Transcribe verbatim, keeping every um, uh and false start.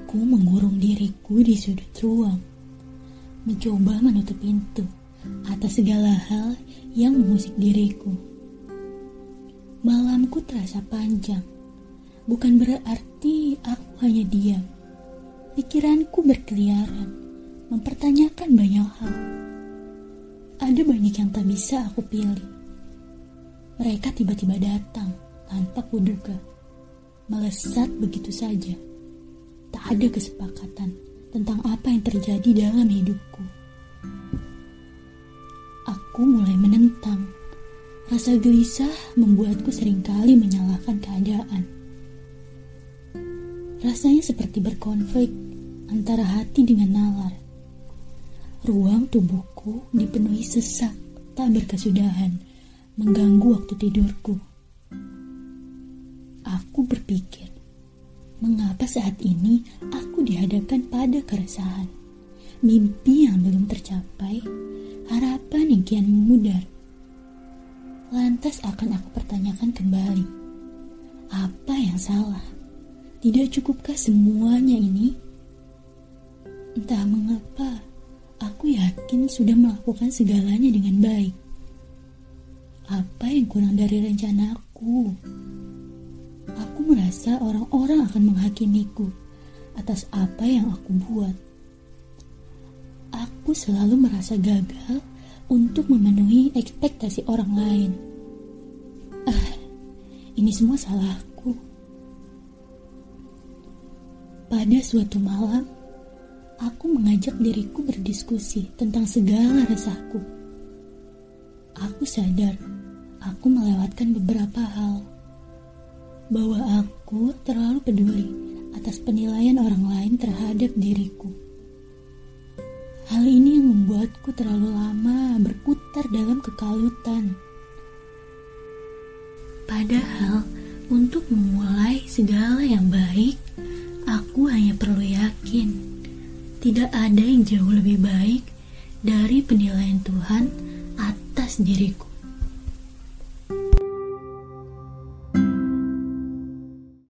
Aku mengurung diriku di sudut ruang, mencoba menutup pintu atas segala hal yang mengusik diriku. Malamku terasa panjang, bukan berarti aku hanya diam. Pikiranku berkeliaran, mempertanyakan banyak hal. Ada banyak yang tak bisa aku pilih. Mereka tiba-tiba datang tanpa kuduga, melesat begitu saja. Tak ada kesepakatan tentang apa yang terjadi dalam hidupku. Aku mulai menentang. Rasa gelisah membuatku seringkali menyalahkan keadaan. Rasanya seperti berkonflik antara hati dengan nalar. Ruang tubuhku dipenuhi sesak tak berkesudahan, mengganggu waktu tidurku. Aku berpikir, mengapa saat ini aku dihadapkan pada keresahan, mimpi yang belum tercapai, harapan yang kian memudar. Lantas akan aku pertanyakan kembali, apa yang salah? Tidak cukupkah semuanya ini? Entah mengapa, aku yakin sudah melakukan segalanya dengan baik. Apa yang kurang dari rencanaku? Aku merasa orang-orang akan menghakimiku atas apa yang aku buat. Aku selalu merasa gagal untuk memenuhi ekspektasi orang lain. Ah, ini semua salahku. Pada suatu malam, aku mengajak diriku berdiskusi tentang segala resahku. Aku sadar, aku melewatkan beberapa hal. Bahwa aku terlalu peduli atas penilaian orang lain terhadap diriku. Hal ini yang membuatku terlalu lama berputar dalam kekalutan. Padahal, untuk memulai segala yang baik, aku hanya perlu yakin tidak ada yang jauh lebih baik dari penilaian Tuhan atas diriku.